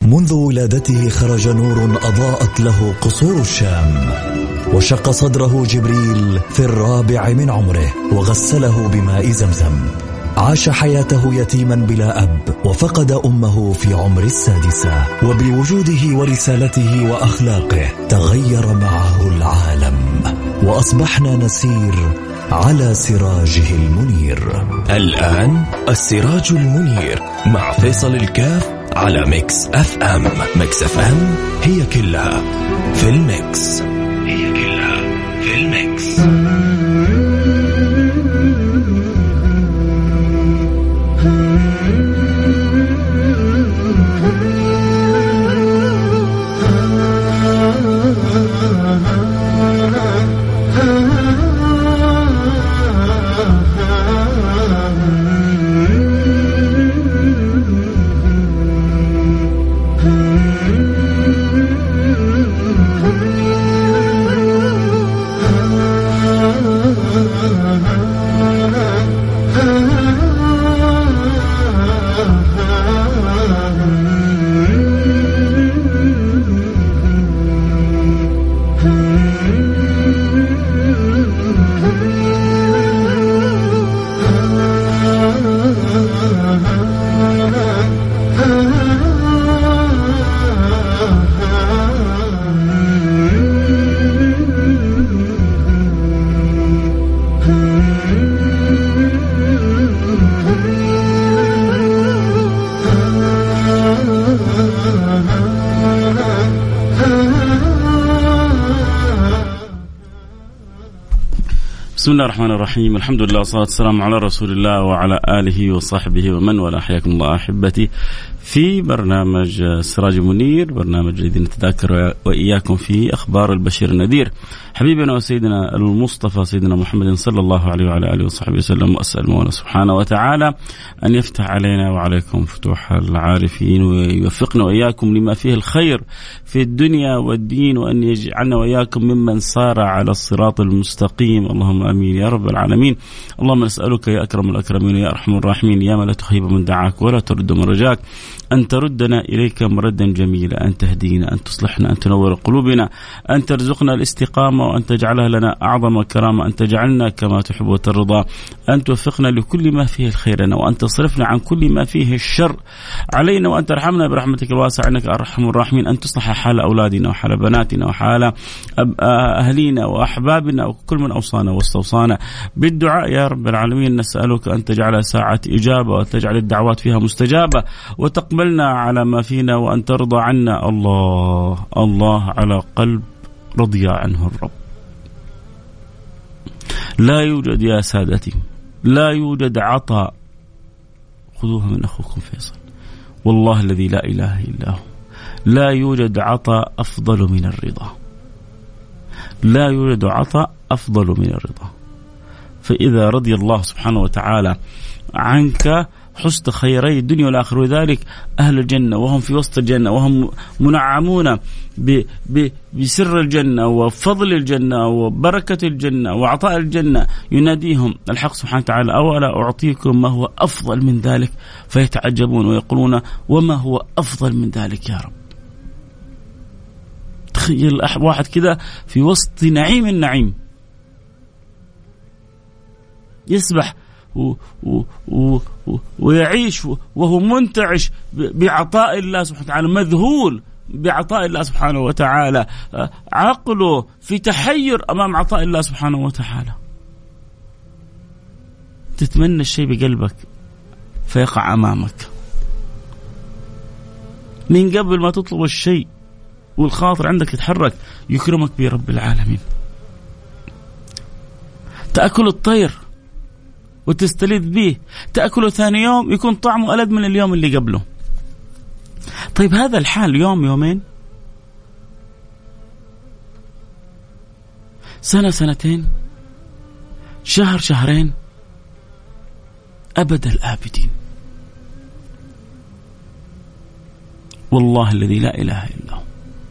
منذ ولادته خرج نور أضاءت له قصور الشام، وشق صدره جبريل في 4 من عمره وغسله بماء زمزم. عاش حياته يتيما بلا أب، وفقد أمه في عمر 6، وبوجوده ورسالته وأخلاقه تغير معه العالم، وأصبحنا نسير على سراجه المنير. الآن السراج المنير مع فيصل الكاف على ميكس اف ام. ميكس اف ام هي كلها في الميكس، هي كلها في الميكس. بسم الله الرحمن الرحيم. الحمد لله والصلاة والسلام على رسول الله وعلى آله وصحبه ومن والاه. حياكم الله أحبتي في برنامج سراج منير، برنامج الذي نتذاكر وإياكم في أخبار البشير النذير، حبيبنا وسيدنا المصطفى سيدنا محمد صلى الله عليه وعلى آله وصحبه وسلم. وأسأل الله سبحانه وتعالى أن يفتح علينا وعليكم فتوح العارفين، ويوفقنا وإياكم لما فيه الخير في الدنيا والدين، وأن يجعلنا وإياكم ممن صار على الصراط المستقيم. اللهم آمين يا رب العالمين. اللهم نسألك يا أكرم الأكرمين يا أرحم الراحمين يا من لا تخيب من دعاك ولا ترد من رجاك، أن تردنا إليك مردا جميلا، أن تهدينا، أن تصلحنا، أن تنور قلوبنا، أن ترزقنا الاستقامة، وأن تجعلها لنا أعظم كرامة، أن تجعلنا كما تحب وترضى، أن توفقنا لكل ما فيه الخير لنا، وأن تصرفنا عن كل ما فيه الشر علينا، وأن ترحمنا برحمتك الواسعة إنك أرحم الراحمين، أن تصلح حال أولادنا وحال بناتنا وحال أهلينا وأحبابنا وكل من أوصانا واستوصانا بالدعاء يا رب العالمين. نسألك أن تجعل ساعة إجابة، وتجعل الدعوات فيها مستجابة، وتقبلنا على ما فينا، وأن ترضى عنا. الله على قلب رضي عنه الرب. لا يوجد يا سادتي، لا يوجد عطاء، خذوها من أخوكم فيصل، والله الذي لا إله إلا هو، لا يوجد عطاء أفضل من الرضا، لا يوجد عطاء أفضل من الرضا. فإذا رضي الله سبحانه وتعالى عنك حسن خيري الدنيا والآخرة، وذلك أهل الجنة وهم في وسط الجنة، وهم منعمون بسر الجنة وفضل الجنة وبركة الجنة وعطاء الجنة. يناديهم الحق سبحانه وتعالى: أولا أعطيكم ما هو أفضل من ذلك؟ فيتعجبون ويقولون: وما هو أفضل من ذلك يا رب؟ تخيل واحد كده في وسط نعيم النعيم يسبح ويعيش وهو منتعش بعطاء الله سبحانه وتعالى، مذهول بعطاء الله سبحانه وتعالى، عقله في تحير أمام عطاء الله سبحانه وتعالى. تتمنى الشيء بقلبك فيقع أمامك من قبل ما تطلب الشيء، والخاطر عندك يتحرك، يكرمك برب العالمين. تأكل الطير وتستلذ به، تأكله ثاني يوم يكون طعمه ألذ من اليوم اللي قبله. طيب هذا الحال يوم يومين، سنة سنتين، شهر شهرين، أبد الآبدين. والله الذي لا إله إلا هو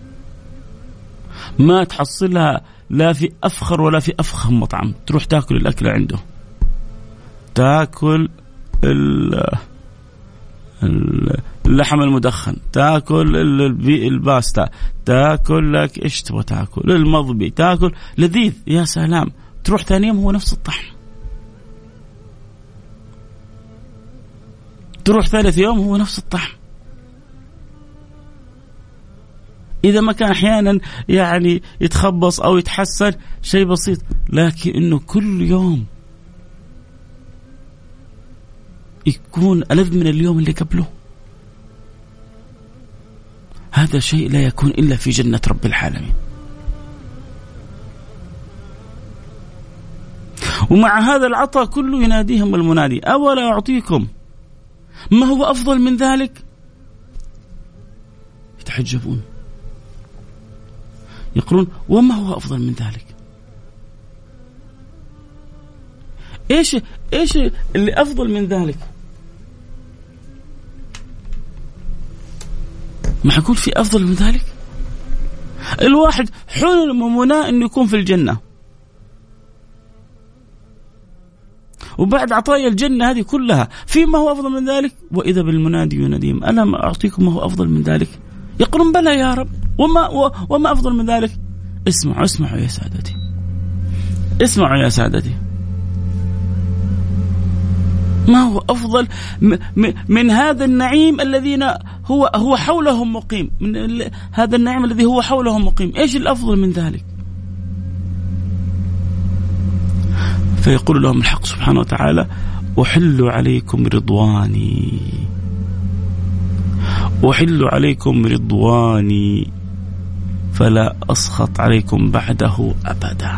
ما تحصلها لا في أفخر ولا في أفخم مطعم. تروح تأكل الأكل عنده، تأكل اللحم المدخن، تاكل الباستا، تاكل لك ايش تبغى تاكل، المضبي، تاكل لذيذ يا سلام، تروح ثاني يوم هو نفس الطعم، تروح ثالث يوم هو نفس الطعم. إذا ما كان أحيانا يعني يتخبص أو يتحسن شيء بسيط، لكن إنه كل يوم يكون ألذ من اليوم اللي قبله، هذا شيء لا يكون إلا في جنة رب العالمين. ومع هذا العطاء كله يناديهم المنادي: أولا أعطيكم ما هو أفضل من ذلك؟ يتحجبون يقولون: وما هو أفضل من ذلك؟ إيش اللي أفضل من ذلك؟ ما حيكون في أفضل من ذلك؟ الواحد حلم ومناء أنه يكون في الجنة، وبعد عطايا الجنة هذه كلها فيما هو أفضل من ذلك؟ وإذا بالمنادي يناديهم: ألم أعطيكم ما هو أفضل من ذلك؟ يقولون: بلى يا رب، وما أفضل من ذلك؟ اسمعوا يا سادتي، اسمعوا يا سادتي، ما هو أفضل من هذا النعيم الذين هو حولهم مقيم، من هذا النعيم الذي هو حولهم مقيم، إيش الأفضل من ذلك؟ فيقول لهم الحق سبحانه وتعالى: أحل عليكم رضواني، أحل عليكم رضواني فلا أسخط عليكم بعده أبدا.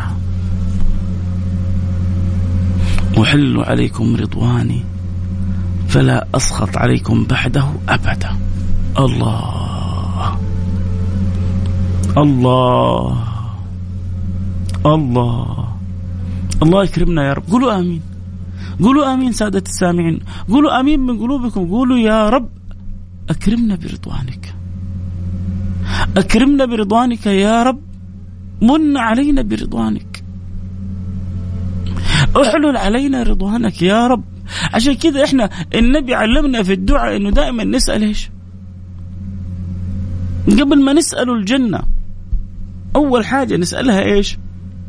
أحل عليكم رضواني فلا أسخط عليكم بعده أبدا. الله الله الله الله يكرمنا يا رب. قولوا آمين، قولوا آمين سادة السامعين، قولوا آمين من قلوبكم، قولوا يا رب أكرمنا برضوانك، أكرمنا برضوانك يا رب، من علينا برضوانك، احلل علينا رضوانك يا رب. عشان كذا احنا النبي علمنا في الدعاء انه دائما نسأل ايش قبل ما نسأل الجنة؟ اول حاجة نسألها ايش؟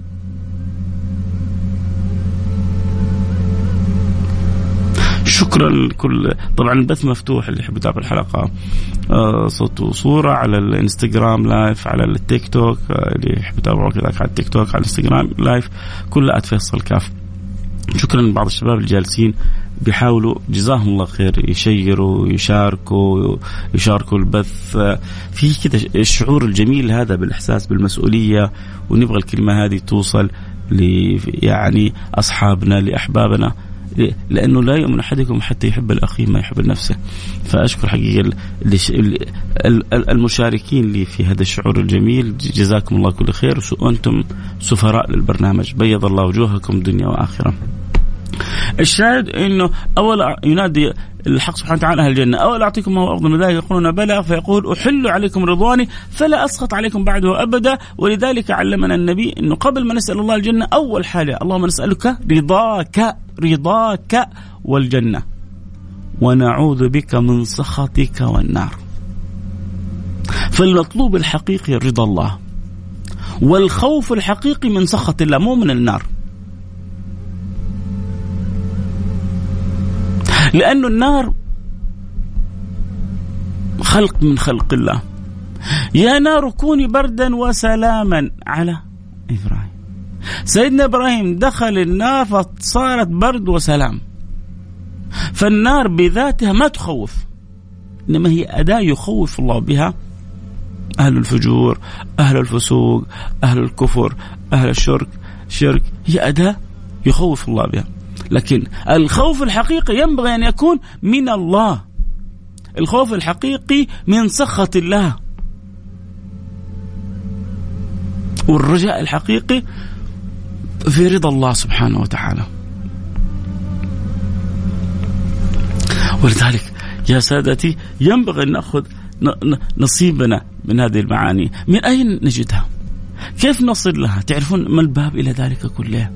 شكرا لكل، طبعا البث مفتوح، اللي يحب يتابع الحلقة صوت وصورة على الانستغرام لايف، على التيك توك، اللي يحب يتابعه كذاك على التيك توك، على الانستغرام لايف، كلها @فيصل كاف. شكرا لبعض الشباب الجالسين بيحاولوا جزاهم الله خير يشيروا يشاركوا البث، في كده الشعور الجميل هذا بالإحساس بالمسؤولية، ونبغى الكلمة هذه توصل يعني أصحابنا لأحبابنا، لأنه لا يؤمن أحدكم حتى يحب الأخي ما يحب نفسه. فأشكر حقيقة المشاركين لي في هذا الشعور الجميل، جزاكم الله كل خير، وأنتم سفراء للبرنامج، بيض الله وجوهكم دنيا وآخرة. الشاهد إنه أول ينادي الحق سبحانه وتعالى أهل الجنة: أول أعطيكم ما هو أفضل من ذلك؟ يقولون بلى، فيقول: أحل عليكم رضواني فلا أسخط عليكم بعده أبدا. ولذلك علمنا النبي إنه قبل ما نسأل الله الجنة أول حاجة اللهم نسألك رضاك والجنة، ونعوذ بك من سخطك والنار. فالمطلوب الحقيقي رضا الله، والخوف الحقيقي من سخط الله، مو من النار، لأن النار خلق من خلق الله. يا نار كوني بردا وسلاما على إبراهيم. سيدنا إبراهيم دخل النار فصارت برد وسلام. فالنار بذاتها ما تخوف، إنما هي أداة يخوف الله بها أهل الفجور، أهل الفسوق، أهل الكفر، أهل الشرك، هي أداة يخوف الله بها. لكن الخوف الحقيقي ينبغي أن يكون من الله، الخوف الحقيقي من سخط الله، والرجاء الحقيقي في رضا الله سبحانه وتعالى. ولذلك يا سادتي ينبغي أن نأخذ نصيبنا من هذه المعاني. من أين نجدها؟ كيف نصل لها؟ تعرفون ما الباب إلى ذلك كله؟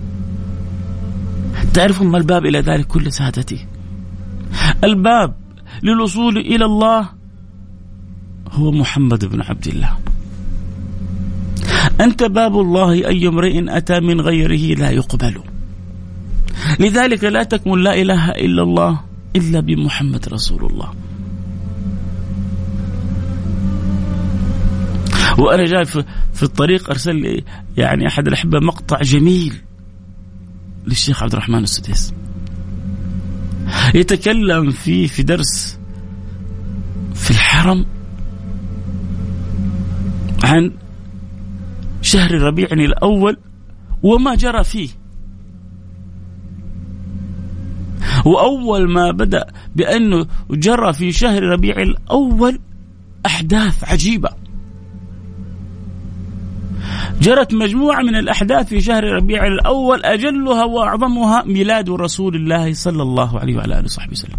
تعرفون ما الباب إلى ذلك كله سادتي؟ الباب للوصول إلى الله هو محمد بن عبد الله. أنت باب الله، أي امرئ أتى من غيره لا يقبل. لذلك لا تكمل لا إله إلا الله إلا بمحمد رسول الله. وأنا جاي في الطريق أرسل لي يعني أحد الأحبة مقطع جميل للشيخ عبد الرحمن السديس، يتكلم فيه في درس في الحرم عن شهر ربيع الأول وما جرى فيه. وأول ما بدأ بأنه جرى في شهر ربيع الأول أحداث عجيبة، جرت مجموعة من الأحداث في شهر ربيع الأول أجلها وأعظمها ميلاد رسول الله صلى الله عليه وعلى آله وصحبه وسلم.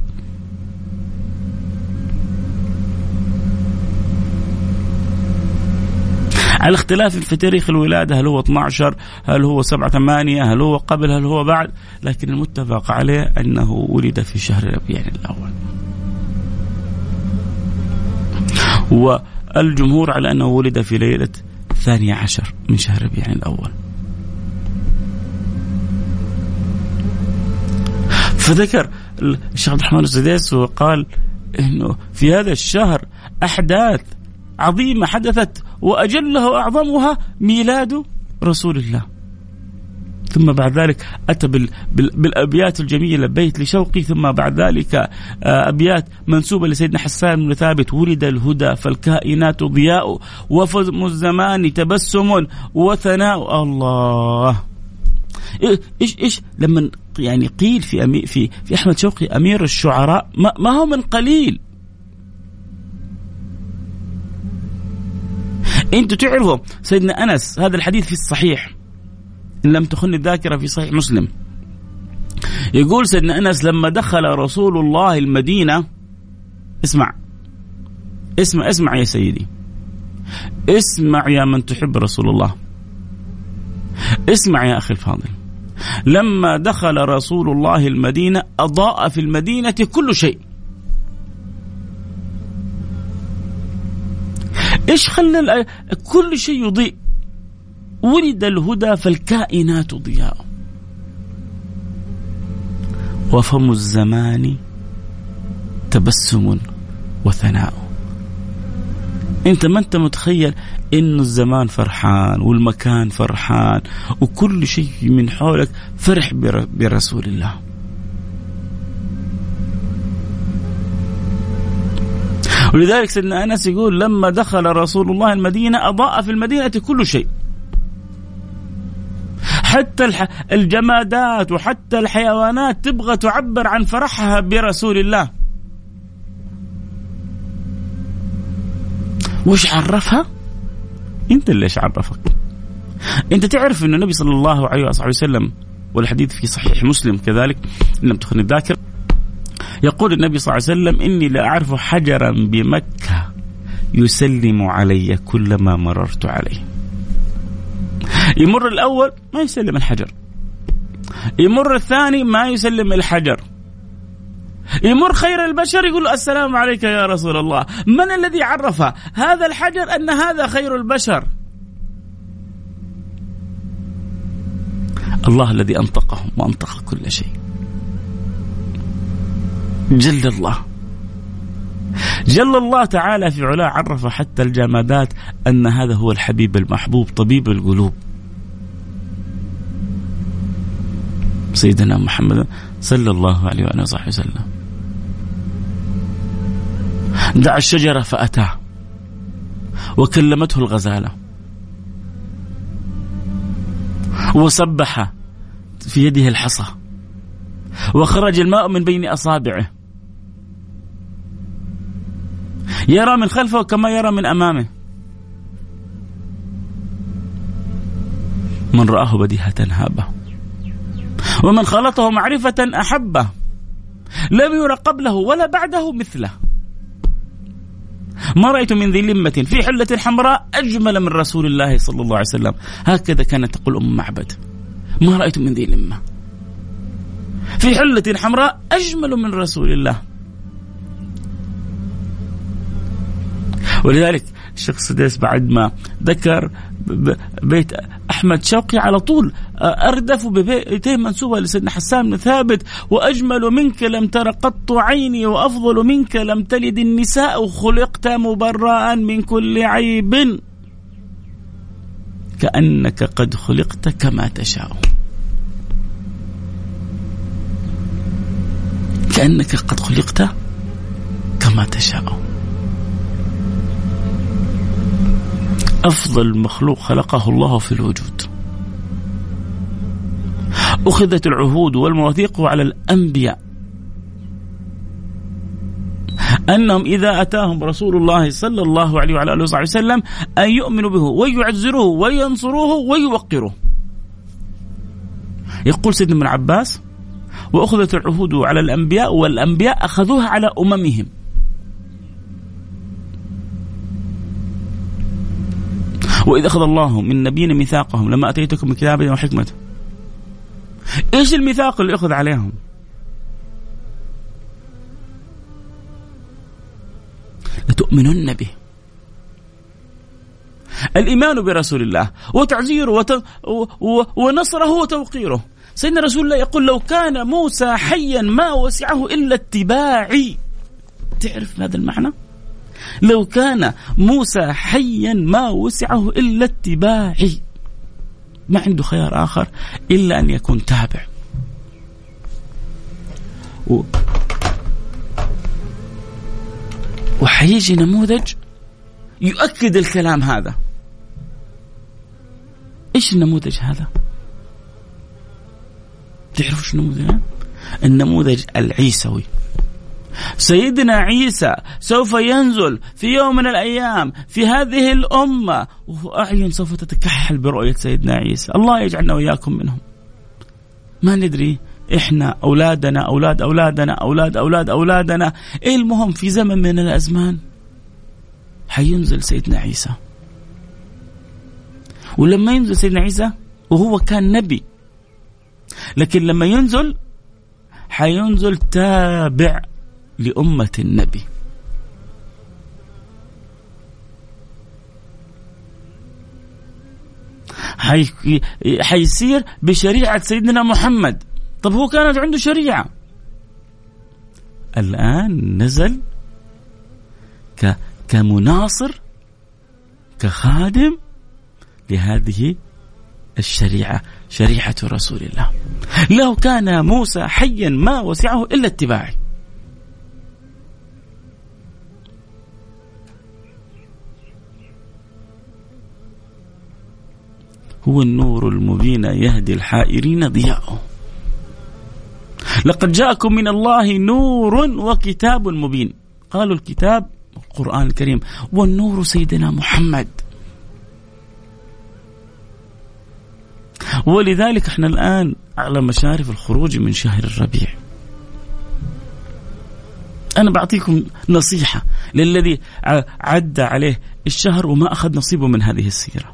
على اختلاف في تاريخ الولادة، هل هو 12، هل هو 7، 8، هل هو قبل، هل هو بعد، لكن المتفق عليه أنه ولد في شهر ربيع الأول. والجمهور على أنه ولد في ليلة 12 من شهر ربيع الأول. فذكر الشيخ عبد الرحمن السديس وقال إنه في هذا الشهر أحداث عظيمة حدثت وأجلها وأعظمها ميلاد رسول الله. ثم بعد ذلك أتى بالأبيات الجميلة، بيت لشوقي، ثم بعد ذلك أبيات منسوبة لسيدنا حسان بن ثابت: ولد الهدى فالكائنات ضياء وفم الزمان تبسم وثناء. الله، إيش لما يعني قيل في أحمد شوقي أمير الشعراء، ما هو من قليل. أنتوا تعرفوا سيدنا أنس، هذا الحديث في الصحيح إن لم تخن الذاكرة في صحيح مسلم، يقول سيدنا أنس لما دخل رسول الله المدينة، اسمع يا سيدي، اسمع يا من تحب رسول الله، اسمع يا أخي الفاضل، لما دخل رسول الله المدينة أضاء في المدينة كل شيء. إيش خلى كل شيء يضيء؟ ولد الهدى فالكائنات ضياء وفم الزمان تبسم وثناء. ما انت متخيل إنه الزمان فرحان والمكان فرحان وكل شيء من حولك فرح برسول الله. ولذلك سيدنا أنس يقول لما دخل رسول الله المدينة أضاء في المدينة كل شيء، حتى الجمادات وحتى الحيوانات تبغى تعبر عن فرحها برسول الله. وش عرفها؟ انت اللي ايش عرفك؟ انت تعرف ان النبي صلى الله عليه وسلم، والحديث في صحيح مسلم كذلك إن لم تخن الذاكرة، يقول النبي صلى الله عليه وسلم إني لا أعرف حجرا بمكة يسلم علي كلما مررت عليه. يمر الأول ما يسلم الحجر، يمر الثاني ما يسلم الحجر، يمر خير البشر يقول له السلام عليك يا رسول الله. من الذي عرف هذا الحجر أن هذا خير البشر؟ الله الذي أنطقهم وأنطق كل شيء، جل الله تعالى في علاه، عرف حتى الجمادات أن هذا هو الحبيب المحبوب طبيب القلوب سيدنا محمد صلى الله عليه وآله وسلم. دعا الشجرة فأتاه وكلمته الغزالة وسبح في يده الحصى وخرج الماء من بين أصابعه، يرى من خلفه كما يرى من أمامه. من رآه بديهة هابه ومن خلطه معرفة أحبه، لم ير قبله ولا بعده مثله. ما رأيت من ذي لمة في حلة حمراء أجمل من رسول الله صلى الله عليه وسلم. هكذا كانت تقول أم معبد، ما رأيت من ذي لمة في حلة حمراء أجمل من رسول الله. ولذلك الشيخ السديس بعد ما ذكر بيت أحمد شوقي على طول أردف ببيتين منسوبة لسيدنا حسان بن ثابت: وأجمل منك لم تر قط عيني، وأفضل منك لم تلد النساء، خلقت مبرأ من كل عيب، كأنك قد خلقت كما تشاء. كأنك قد خلقت كما تشاء. أفضل مخلوق خلقه الله في الوجود. أخذت العهود والمواثيق على الأنبياء أنهم إذا أتاهم رسول الله صلى الله عليه وعلى آله وصحبه وسلم أن يؤمنوا به ويعزروه وينصروه ويوقروه. يقول سيدنا ابن عباس: وأخذت العهود على الأنبياء والأنبياء أخذوها على أممهم. وإذا أخذ الله من نبينا ميثاقهم لما أتيتكم بكتاب وحكمة. إيش الميثاق اللي أخذ عليهم؟ لتؤمنن به. الإيمان برسول الله وتعزيره ونصره وتوقيره. سيدنا رسول الله يقول: لو كان موسى حيا ما وسعه إلا اتباعي. تعرف هذا المعنى؟ لو كان موسى حيا ما وسعه إلا اتباعي، ما عنده خيار آخر إلا أن يكون تابع. وحيجي نموذج يؤكد الكلام هذا. إيش النموذج هذا؟ تعرفوا شو النموذج؟ النموذج العيسوي. سيدنا عيسى سوف ينزل في يوم من الأيام في هذه الأمة، وأعين سوف تتكحل برؤية سيدنا عيسى. الله يجعلنا وإياكم منهم. ما ندري إحنا أولادنا أولاد أولادنا أولاد أولاد أولادنا، إيه المهم في زمن من الأزمان حينزل سيدنا عيسى. ولما ينزل سيدنا عيسى وهو كان نبي، لكن لما ينزل حينزل تابع لأمة النبي. حيصير بشريعة سيدنا محمد. طب هو كانت عنده شريعة، الآن نزل كمناصر كخادم لهذه الشريعة، شريعة رسول الله. لو كان موسى حيا ما وسعه إلا اتباعي. هو النور المبين يهدي الحائرين ضياءه. لقد جاءكم من الله نور وكتاب مبين. قالوا الكتاب القرآن الكريم، والنور سيدنا محمد. ولذلك احنا الآن على مشارف الخروج من شهر الربيع. أنا بعطيكم نصيحة للذي عدى عليه الشهر وما أخذ نصيبه من هذه السيرة.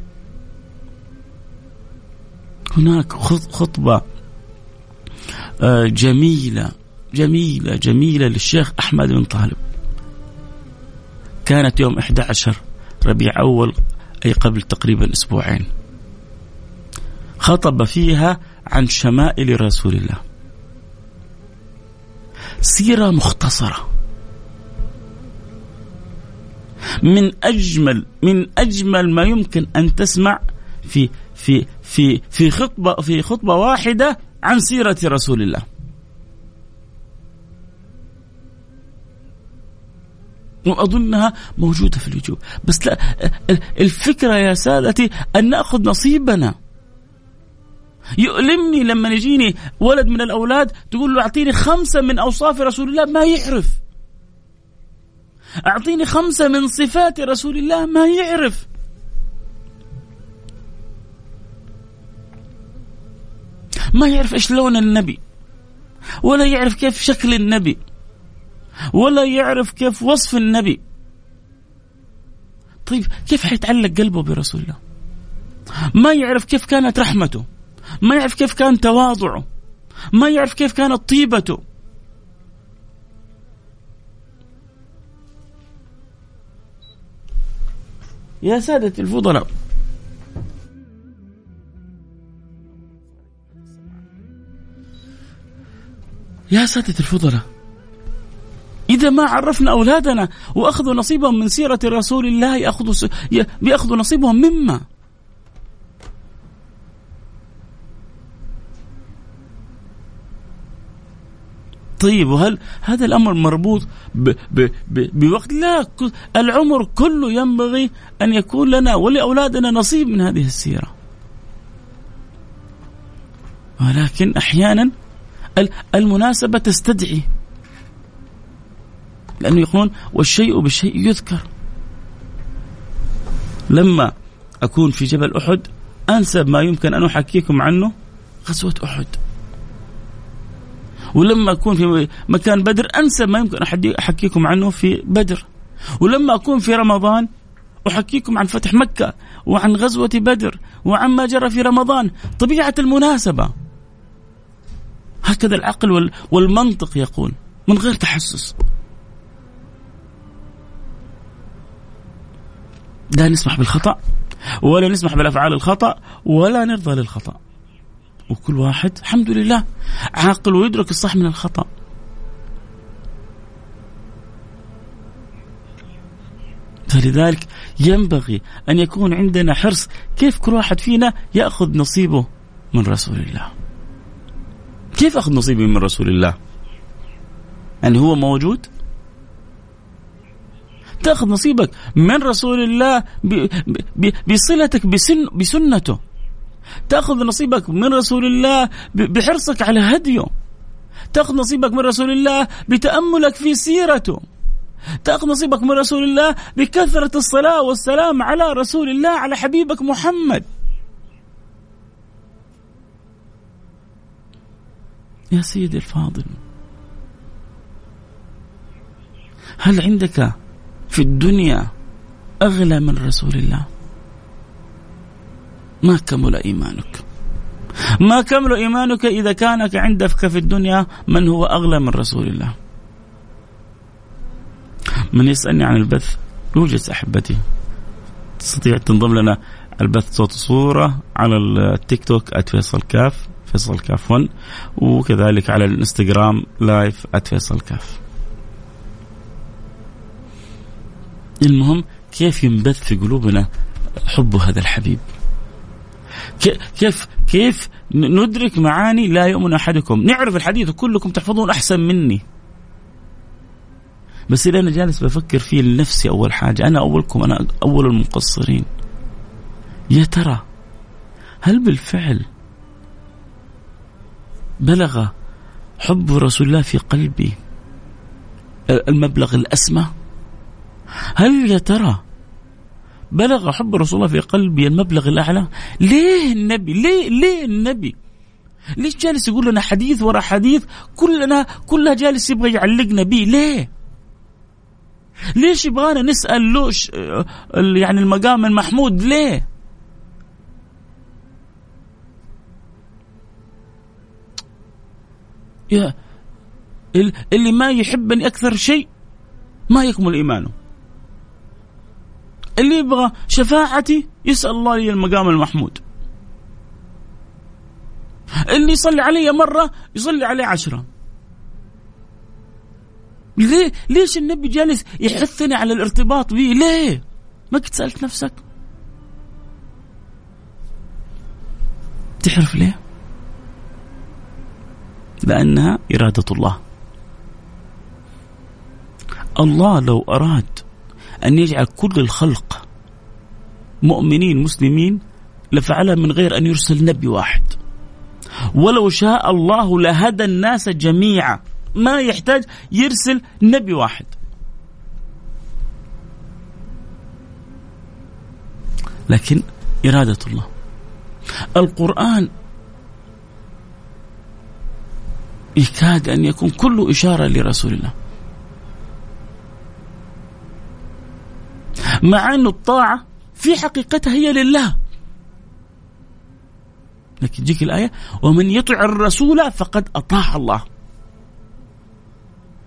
هناك خطبة جميلة جميلة جميلة للشيخ أحمد بن طالب، كانت يوم 11 ربيع أول، أي قبل تقريبا أسبوعين. خطب فيها عن شمائل رسول الله، سيرة مختصرة من أجمل ما يمكن أن تسمع في خطبة واحدة عن سيرة رسول الله. وأظنها موجودة في اليوتيوب، بس لا، الفكرة يا سادتي أن نأخذ نصيبنا. يؤلمني لما يجيني ولد من الأولاد تقول له أعطيني 5 من أوصاف رسول الله، ما يعرف. أعطيني 5 من صفات رسول الله، ما يعرف. ما يعرف إيش لون النبي، ولا يعرف كيف شكل النبي، ولا يعرف كيف وصف النبي. طيب كيف حيتعلق قلبه برسول الله؟ ما يعرف كيف كانت رحمته، ما يعرف كيف كان تواضعه، ما يعرف كيف كانت طيبته. يا سادة الفضلاء، يا سادة الفضلاء، إذا ما عرفنا أولادنا وأخذوا نصيبهم من سيرة رسول الله بيأخذوا نصيبهم مما طيب. وهل هذا الأمر مربوط بوقت؟ لا، العمر كله ينبغي أن يكون لنا ولأولادنا نصيب من هذه السيرة. ولكن أحيانا المناسبة تستدعي، لأنه يقولون والشيء بالشيء يذكر. لما أكون في جبل أحد أنسب ما يمكن أن أحكيكم عنه غزوة أحد، ولما أكون في مكان بدر أنسب ما يمكن أحكيكم عنه في بدر، ولما أكون في رمضان أحكيكم عن فتح مكة وعن غزوة بدر وعن ما جرى في رمضان. طبيعة المناسبة، هكذا العقل والمنطق يقول من غير تحسس. لا نسمح بالخطأ ولا نسمح بالأفعال الخطأ ولا نرضى للخطأ، وكل واحد الحمد لله عاقل ويدرك الصح من الخطأ. فلذلك ينبغي أن يكون عندنا حرص كيف كل واحد فينا يأخذ نصيبه من رسول الله. كيف أخذ نصيبي من رسول الله؟ يعني هو موجود؟ تأخذ نصيبك من رسول الله بصلتك بسنته، تأخذ نصيبك من رسول الله بحرصك على هديه، تأخذ نصيبك من رسول الله بتأملك في سيرته، تأخذ نصيبك من رسول الله بكثرة الصلاة والسلام على رسول الله، على حبيبك محمد. يا سيدي الفاضل، هل عندك في الدنيا أغلى من رسول الله؟ ما كمل إيمانك، ما كمل إيمانك إذا كانك عندك في الدنيا من هو أغلى من رسول الله. من يسألني عن البث يوجد أحبتي، تستطيع تنضم لنا البث صوت صورة على التيك توك @فيصل_كاف فيصل كاف 1، وكذلك على الانستغرام لايف @فيصل كاف. المهم كيف ينبث في قلوبنا حب هذا الحبيب، كيف ندرك معاني لا يؤمن أحدكم. نعرف الحديث كلكم تحفظون أحسن مني، بس إذا أنا جالس بفكر فيه لنفسي أول حاجة، أنا أولكم، أنا أول المقصرين. يا ترى هل بالفعل بلغ حب رسول الله في قلبي المبلغ الأسمى؟ هل يا ترى بلغ حب رسول الله في قلبي المبلغ الأعلى؟ ليه النبي ليه النبي ليش جالس يقول لنا حديث ورا حديث كلها جالس يبغى يعلقنا بيه؟ ليش يبغانا نسأل لوش يعني المقام المحمود؟ ليه؟ يا اللي ما يحبني أكثر شيء ما يكمل إيمانه. اللي يبغى شفاعتي يسأل الله لي المقام المحمود. اللي يصلي علي مرة يصلي علي 10. ليش النبي جالس يحثني على الارتباط به؟ ليه؟ ما كنت سألت نفسك؟ تعرف ليه؟ لأنها إرادة الله. الله لو أراد أن يجعل كل الخلق مؤمنين مسلمين لفعلها من غير أن يرسل نبي واحد. ولو شاء الله لهدى الناس جميعا، ما يحتاج يرسل نبي واحد. لكن إرادة الله. القرآن يكاد أن يكون كله إشارة لرسول الله، مع أن الطاعة في حقيقتها هي لله. لكن تجيك الآية ومن يطع الرسول فقد أطاع الله.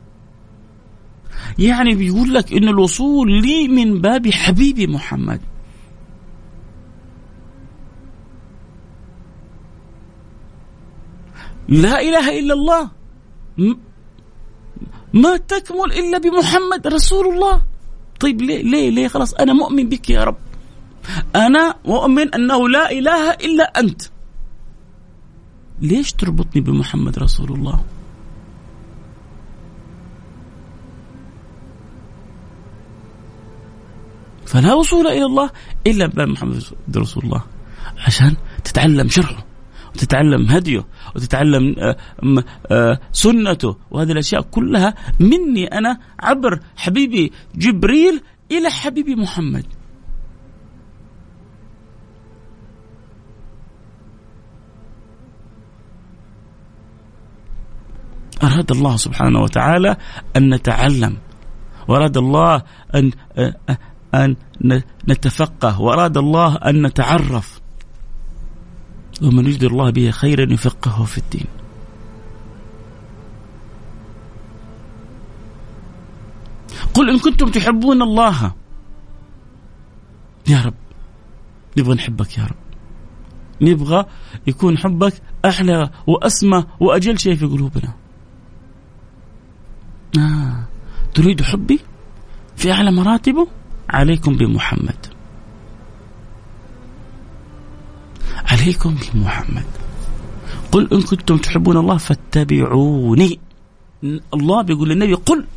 يعني بيقول لك إن الوصول لي من باب حبيبي محمد. لا إله إلا الله ما تكمل إلا بمحمد رسول الله. طيب ليه خلاص أنا مؤمن بك يا رب، أنا مؤمن أنه لا إله إلا أنت، ليش تربطني بمحمد رسول الله؟ فلا وصول إلى الله إلا بمحمد رسول الله، عشان تتعلم شرعه وتتعلم هديه وتتعلم سنته، وهذه الأشياء كلها مني أنا عبر حبيبي جبريل إلى حبيبي محمد. أراد الله سبحانه وتعالى أن نتعلم، وأراد الله أن نتفقه، وأراد الله أن نتعرف، ومن يجد الله به خيرا يفقهه في الدين. قل إن كنتم تحبون الله، يا رب نبغى نحبك يا رب، نبغى يكون حبك أحلى وأسمى وأجل شيء في قلوبنا. تريد حبي في أعلى مراتبه؟ عليكم بمحمد، عليكم بمحمد. قل إن كنتم تحبون الله فاتبعوني. الله بيقول للنبي قل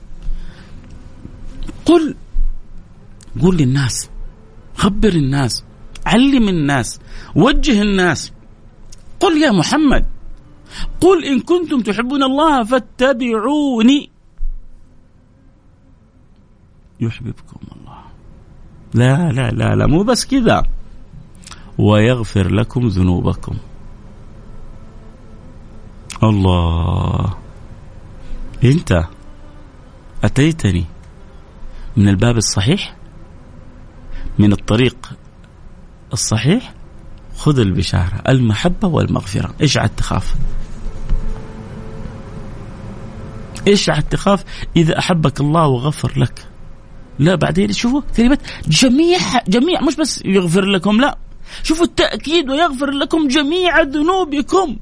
للناس، خبر الناس، علم الناس، وجه الناس. قل يا محمد، قل إن كنتم تحبون الله فاتبعوني يحببكم الله. لا لا لا لا، مو بس كذا، ويغفر لكم ذنوبكم. الله، أنت أتيتني من الباب الصحيح، من الطريق الصحيح، خذ البشارة، المحبة والمغفرة. إيش عاد تخاف؟ إيش عاد تخاف إذا أحبك الله وغفر لك؟ لا، بعدين شوفوا كلمة جميع، مش بس يغفر لكم، لا، شوفوا التأكيد، ويغفر لكم جميع ذنوبكم.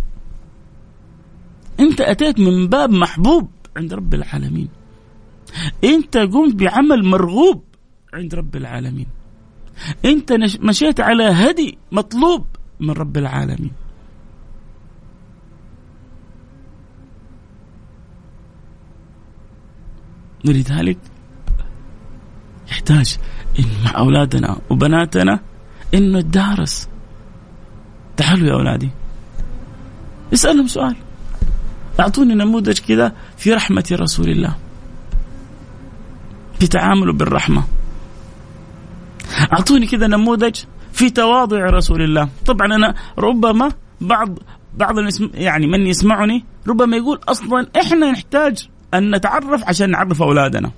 أنت أتيت من باب محبوب عند رب العالمين، أنت قمت بعمل مرغوب عند رب العالمين، أنت مشيت على هدي مطلوب من رب العالمين. ولذلك يحتاج إن مع أولادنا وبناتنا إنه الدارس. تعالوا يا أولادي، اسألهم سؤال، أعطوني نموذج كذا في رحمة رسول الله، في تعامله بالرحمة. أعطوني كذا نموذج في تواضع رسول الله. طبعا أنا ربما بعض يعني من يسمعني ربما يقول أصلا إحنا نحتاج أن نتعرف عشان نعرف أولادنا.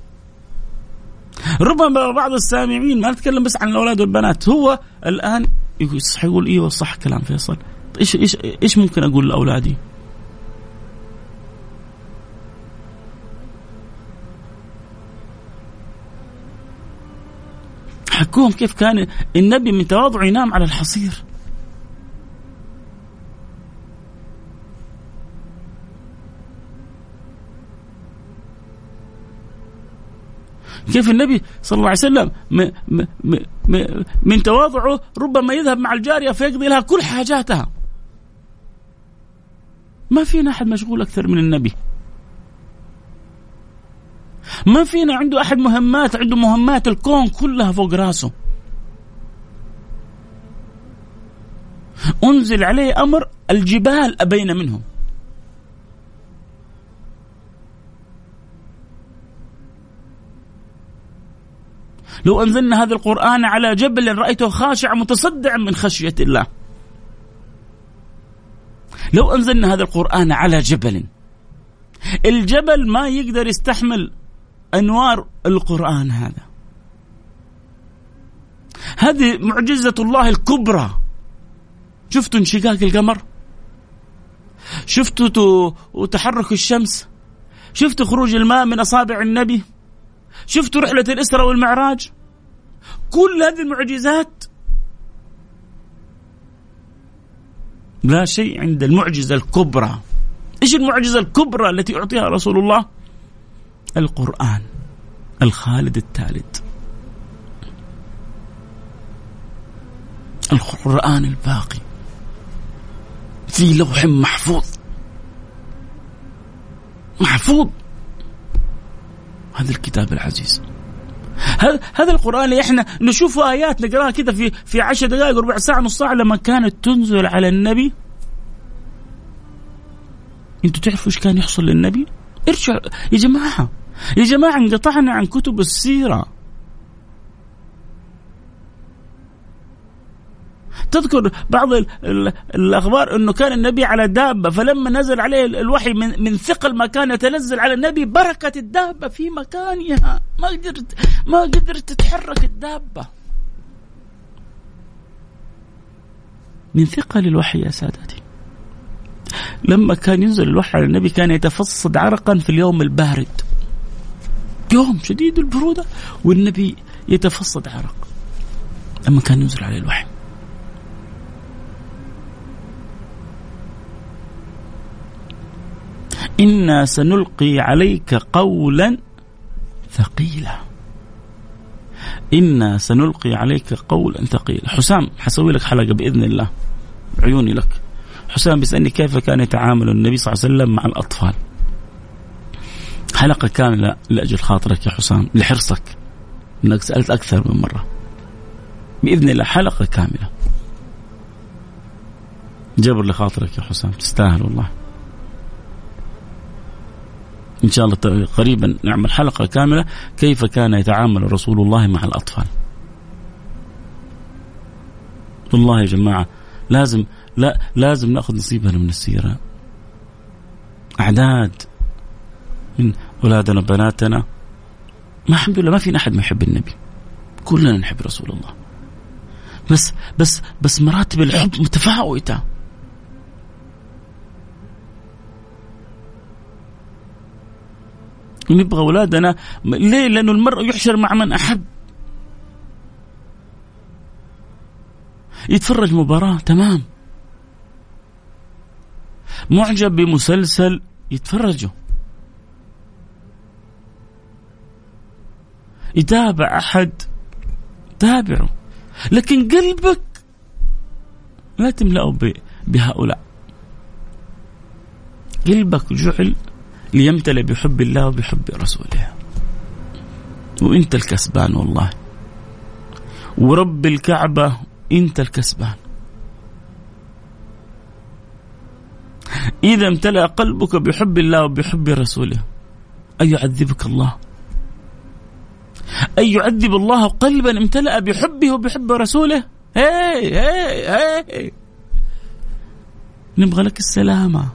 ربما بعض السامعين ما نتكلم بس عن الأولاد والبنات، هو الآن يقول إيه صح كلام فيصل، إيش ممكن أقول لأولادي؟ حكوهم كيف كان النبي من تواضع ينام على الحصير. كيف النبي صلى الله عليه وسلم من تواضعه ربما يذهب مع الجارية فيقضي لها كل حاجاتها. ما فينا أحد مشغول أكثر من النبي، ما فينا عنده أحد عنده مهمات الكون كلها فوق راسه. أنزل عليه أمر الجبال أبين منهم. لو أنزلنا هذا القرآن على جبل رأيته خاشعا متصدعا من خشية الله. لو أنزلنا هذا القرآن على جبل، الجبل ما يقدر يستحمل أنوار القرآن هذا. هذه معجزة الله الكبرى. شفتوا انشقاق القمر، شفتوا تحرك الشمس، شفتوا خروج الماء من أصابع النبي، شفتوا رحلة الإسراء والمعراج. كل هذه المعجزات لا شيء عند المعجزة الكبرى. إيش المعجزة الكبرى التي أعطيها رسول الله؟ القرآن الخالد التالد، القرآن الباقي في لوح محفوظ هذا الكتاب العزيز. هذا القرآن اللي احنا نشوف آيات نقراها كده في 10 دقائق وربع ساعة نص ساعة لما كانت تنزل على النبي. انتوا تعرفوا ايش كان يحصل للنبي؟ ارجعوا يا جماعة انقطعنا عن كتب السيرة. تذكر بعض الأخبار أنه كان النبي على دابة، فلما نزل عليه الوحي من ثقل ما كان يتنزل على النبي بركت الدابة في مكانها، ما قدرت تتحرك الدابة من ثقل الوحي يا سادتي. لما كان ينزل الوحي على النبي كان يتفصد عرقا في اليوم البارد، يوم شديد البرودة والنبي يتفصد عرق لما كان ينزل عليه الوحي. إنا سنلقي عليك قولا ثقيلا، إنا سنلقي عليك قولا ثقيلا. حسام حسوي لك حلقة بإذن الله، عيوني لك. حسام بيسألني كيف كان يتعامل النبي صلى الله عليه وسلم مع الأطفال. حلقة كاملة لأجل خاطرك يا حسام، لحرصك إنك سألت أكثر من مرة. بإذن الله حلقة كاملة جبر لخاطرك يا حسام، تستاهل والله. إن شاء الله قريبا نعمل حلقة كاملة كيف كان يتعامل رسول الله مع الأطفال. والله يا جماعة لازم نأخذ نصيبنا من السيرة. أعداد من أولادنا بناتنا، ما الحمد لله ما فينا أحد ما يحب النبي، كلنا نحب رسول الله، بس مراتب الحب متفاوتة. نبغى أولادنا ليه؟ لأنه المرء يحشر مع من أحب. يتفرج مباراة تمام، معجب بمسلسل يتفرجه، يتابع أحد تابعه، لكن قلبك لا تملأه بهؤلاء. قلبك جعل ليمتلئ بحب الله وبحب رسوله، وانت الكسبان والله، ورب الكعبة انت الكسبان. إذا امتلأ قلبك بحب الله وبحب رسوله أن يعذبك الله، أن يعذب الله قلبا امتلأ بحبه وبحب رسوله. هي نبغى لك السلامة،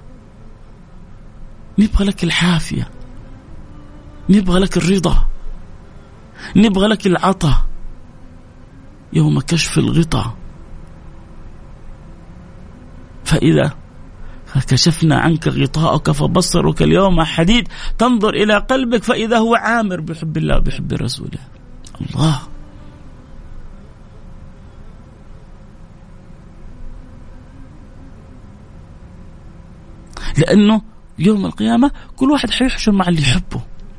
نبغى لك الحافية، نبغى لك الرضا، نبغى لك العطاء يوم كشف الغطاء. فإذا كشفنا عنك غطاءك فبصرك اليوم حديد، تنظر إلى قلبك فإذا هو عامر بحب الله وبحب رسوله. الله، لأنه يوم القيامة كل واحد حيحشر مع اللي يحبه.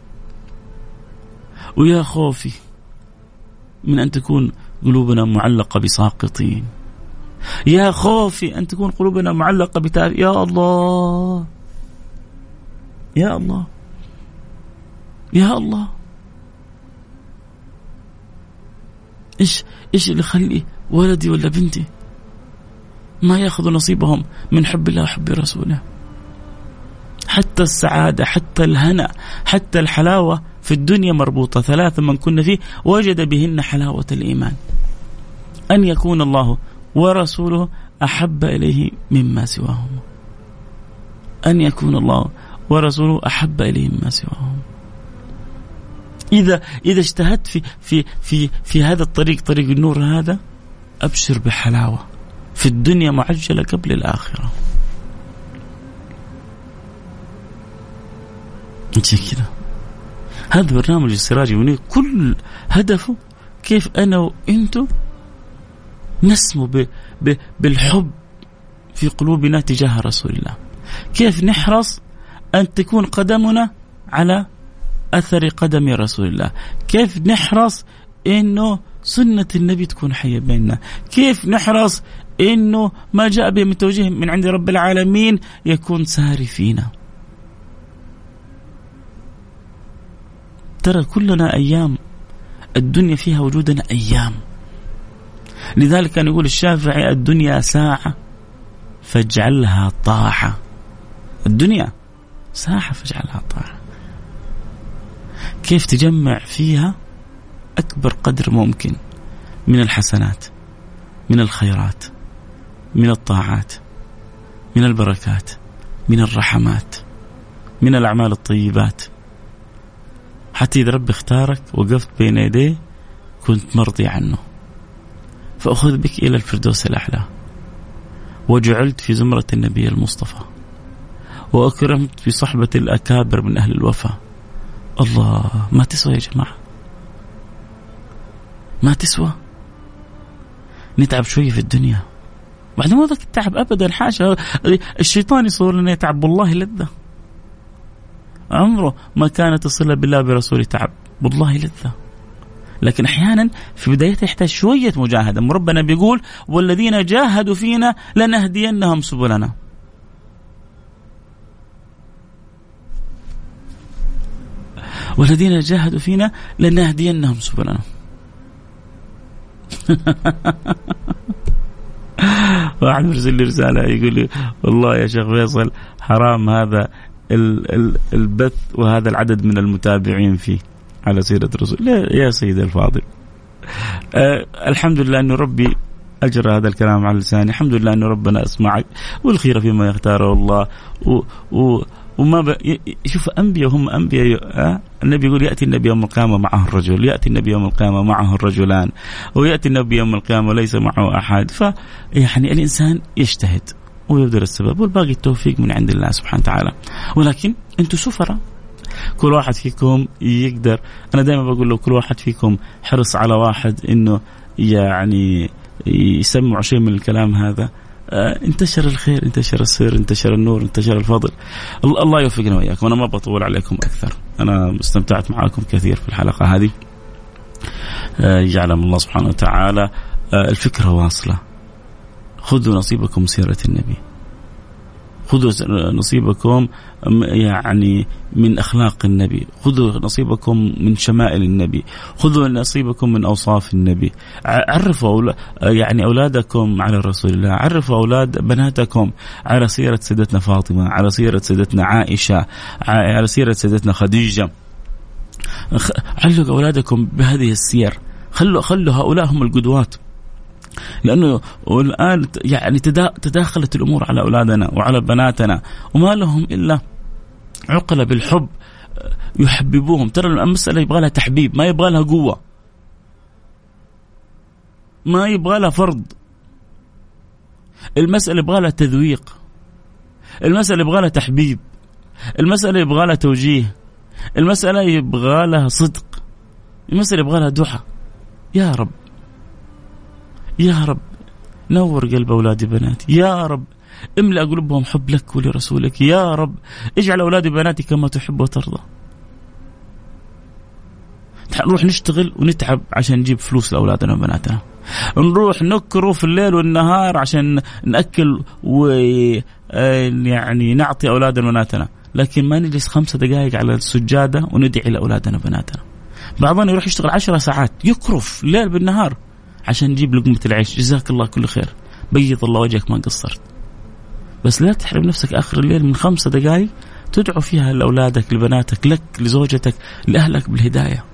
ويا خوفي من أن تكون قلوبنا معلقة بساقطين، يا خوفي أن تكون قلوبنا معلقة يا الله يا الله يا الله. إيش اللي يخلي ولدي ولا بنتي ما يأخذوا نصيبهم من حب الله وحب رسوله؟ حتى السعادة، حتى الهنا، حتى الحلاوة في الدنيا مربوطة. 3 من كن فيه وجد بهن حلاوة الإيمان، أن يكون الله ورسوله أحب إليه مما سواهما، أن يكون الله ورسوله أحب إليه مما سواهما. إذا اجتهدت في هذا الطريق، طريق النور هذا، أبشر بحلاوة في الدنيا معجلة قبل الآخرة. كذا هذا برنامج السراج المنير، كل هدفه كيف أنا وإنتو نسمو بالحب في قلوبنا تجاه رسول الله؟ كيف نحرص أن تكون قدمنا على أثر قدم رسول الله؟ كيف نحرص إنه سنة النبي تكون حية بيننا؟ كيف نحرص إنه ما جاء به من توجيه من عند رب العالمين يكون ساري فينا؟ ترى كلنا أيام، الدنيا فيها وجودنا أيام. لذلك كان يقول الشافعي: الدنيا ساعة فاجعلها طاعة. الدنيا ساعة فاجعلها طاعة. كيف تجمع فيها أكبر قدر ممكن من الحسنات، من الخيرات، من الطاعات، من البركات، من الرحمات، من الأعمال الطيبات، حتى إذا رب اختارك وقفت بين يديه كنت مرضي عنه، فأخذ بك إلى الفردوس الأعلى، وجعلت في زمرة النبي المصطفى، وأكرمت في صحبة الأكابر من أهل الوفا. الله، ما تسوى يا جماعة، ما تسوى نتعب شوية في الدنيا بعد ما ذاك التعب أبدا. حاشا، الشيطان يصور لنا يتعب، والله لذة. عمره ما كانت الصلة بالله برسوله تعب، والله لذة. لكن أحيانا في بدايته يحتاج شوية مجاهدة. ربنا بيقول: والذين جاهدوا فينا لنهدينهم سبلنا. والذين جاهدوا فينا لنهدينهم سبلنا. واحد مرسل لي رسالة يقول لي: والله يا شيخ فيصل حرام هذا البث وهذا العدد من المتابعين فيه على سيرة الرسول. لا يا سيدي الفاضل، الحمد لله أنه ربي أجرى هذا الكلام على لساني. الحمد لله أنه ربنا أسمعك، والخير فيما يختاره الله. وما شوف أنبياء هم أنبياء. النبي يقول: يأتي النبي يوم القيامة معه الرجل، يأتي النبي يوم القيامة معه الرجلان، ويأتي النبي يوم القيامة ليس معه أحد. فيعني الإنسان يجتهد ويبذل السبب، والباقي التوفيق من عند الله سبحانه وتعالى. ولكن أنتم سفراء، كل واحد فيكم يقدر. أنا دائما بقول له: كل واحد فيكم حرص على واحد إنه يعني يسمع شيء من الكلام هذا. انتشر الخير، انتشر السر، انتشر النور، انتشر الفضل. الله يوفقنا وإياكم. أنا ما بطول عليكم أكثر، أنا استمتعت معكم كثير في الحلقة هذه. يعلم الله سبحانه وتعالى الفكرة واصلة. خذوا نصيبكم سيرة النبي، خذوا نصيبكم يعني من أخلاق النبي، خذوا نصيبكم من شمائل النبي، خذوا نصيبكم من أوصاف النبي. عرفوا يعني أولادكم على رسول الله، عرفوا أولاد بناتكم على سيرة سيدتنا فاطمة، على سيرة سيدتنا عائشة، على سيرة سيدتنا خديجة. علقوا أولادكم بهذه السير، خلوا هؤلاء هم القدوات. لأنه الآن يعني تداخلت الأمور على أولادنا وعلى بناتنا، وما لهم إلا عقلة بالحب يحببوهم. ترى المسألة يبغى لها تحبيب، ما يبغى لها قوة، ما يبغى لها فرض. المسألة يبغى لها تذويق، المسألة يبغى لها تحبيب، المسألة يبغى لها توجيه، المسألة يبغى لها صدق، المسألة يبغى لها دعاء. يا رب، يا رب نور قلب أولادي بناتي، يا رب املأ قلوبهم حب لك ولرسولك، يا رب اجعل أولادي بناتي كما تحب وترضى. نروح نشتغل ونتعب عشان نجيب فلوس لأولادنا وبناتنا، نروح نكروا في الليل والنهار عشان نأكل ويعني نعطي أولادنا وبناتنا، لكن ما نجلس 5 دقائق على السجادة وندعي لأولادنا وبناتنا. بعضنا يروح يشتغل 10 ساعات يكرف الليل بالنهار عشان نجيب لقمة العيش. جزاك الله كل خير، بيض الله وجهك، ما قصرت. بس لا تحرم نفسك آخر الليل من 5 دقائق تدعو فيها لأولادك، لبناتك، لك، لزوجتك، لأهلك بالهداية.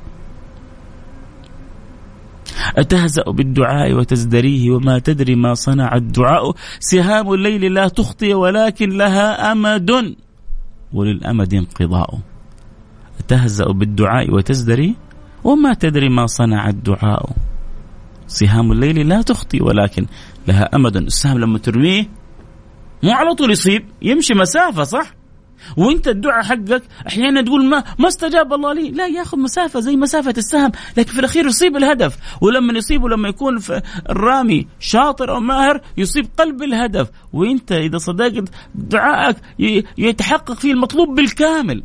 أتهزأ بالدعاء وتزدريه وما تدري ما صنع الدعاء، سهام الليل لا تخطي ولكن لها أمد وللأمد انقضاء. أتهزأ بالدعاء وتزدري وما تدري ما صنع الدعاء، سهام الليل لا تخطي ولكن لها أمد. السهم لما ترميه مو على طول يصيب، يمشي مسافة، صح؟ وانت الدعاء حقك احيانا تقول ما استجاب الله لي، لا، ياخذ مسافه زي مسافه السهم، لكن في الاخير يصيب الهدف. ولما يصيبه، لما يكون في الرامي شاطر او ماهر، يصيب قلب الهدف. وانت اذا صدقت دعائك يتحقق فيه المطلوب بالكامل،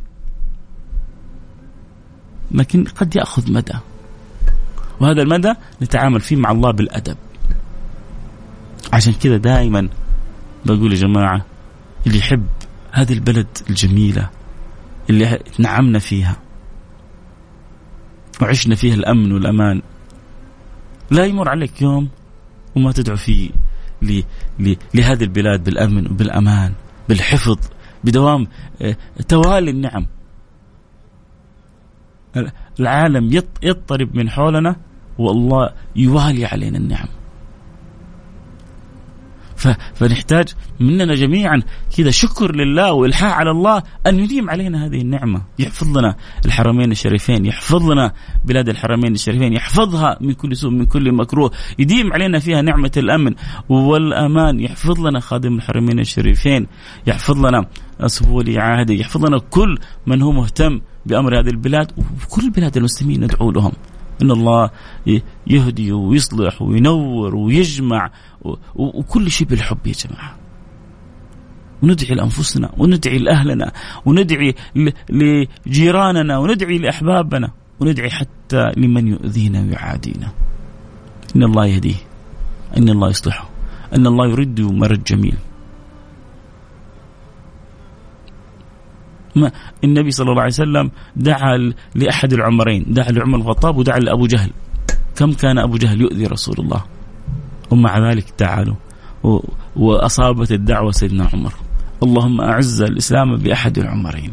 لكن قد ياخذ مدى، وهذا المدى نتعامل فيه مع الله بالادب. عشان كذا دائما بقول يا جماعه، اللي يحب هذه البلد الجميلة اللي نعمنا فيها وعشنا فيها الأمن والأمان، لا يمر عليك يوم وما تدعو فيه لهذه البلاد بالأمن وبالأمان، بالحفظ، بدوام توالي النعم. العالم يضطرب من حولنا والله يوالي علينا النعم. فنحتاج مننا جميعا كذا شكر لله والحاح على الله أن يديم علينا هذه النعمة، يحفظ لنا الحرمين الشريفين، يحفظ لنا بلاد الحرمين الشريفين، يحفظها من كل سوء، من كل مكروه، يديم علينا فيها نعمة الأمن والأمان، يحفظ لنا خادم الحرمين الشريفين، يحفظ لنا أصحاب العهد، يحفظ لنا كل من هو مهتم بأمر هذه البلاد وكل بلاد المسلمين. ندعو لهم إن الله يهدي ويصلح وينور ويجمع وكل شيء بالحب يا جماعة. وندعي لأنفسنا وندعي لأهلنا وندعي لجيراننا وندعي لأحبابنا وندعي حتى لمن يؤذينا ويعادينا. إن الله يهديه، إن الله يصلحه، إن الله يرد مرد جميل. النبي صلى الله عليه وسلم دعا لأحد العمرين، دعا لعمر الخطاب ودعا لأبو جهل. كم كان أبو جهل يؤذي رسول الله ومع ذلك دعا له وأصابت الدعوة سيدنا عمر. اللهم أعز الإسلام بأحد العمرين.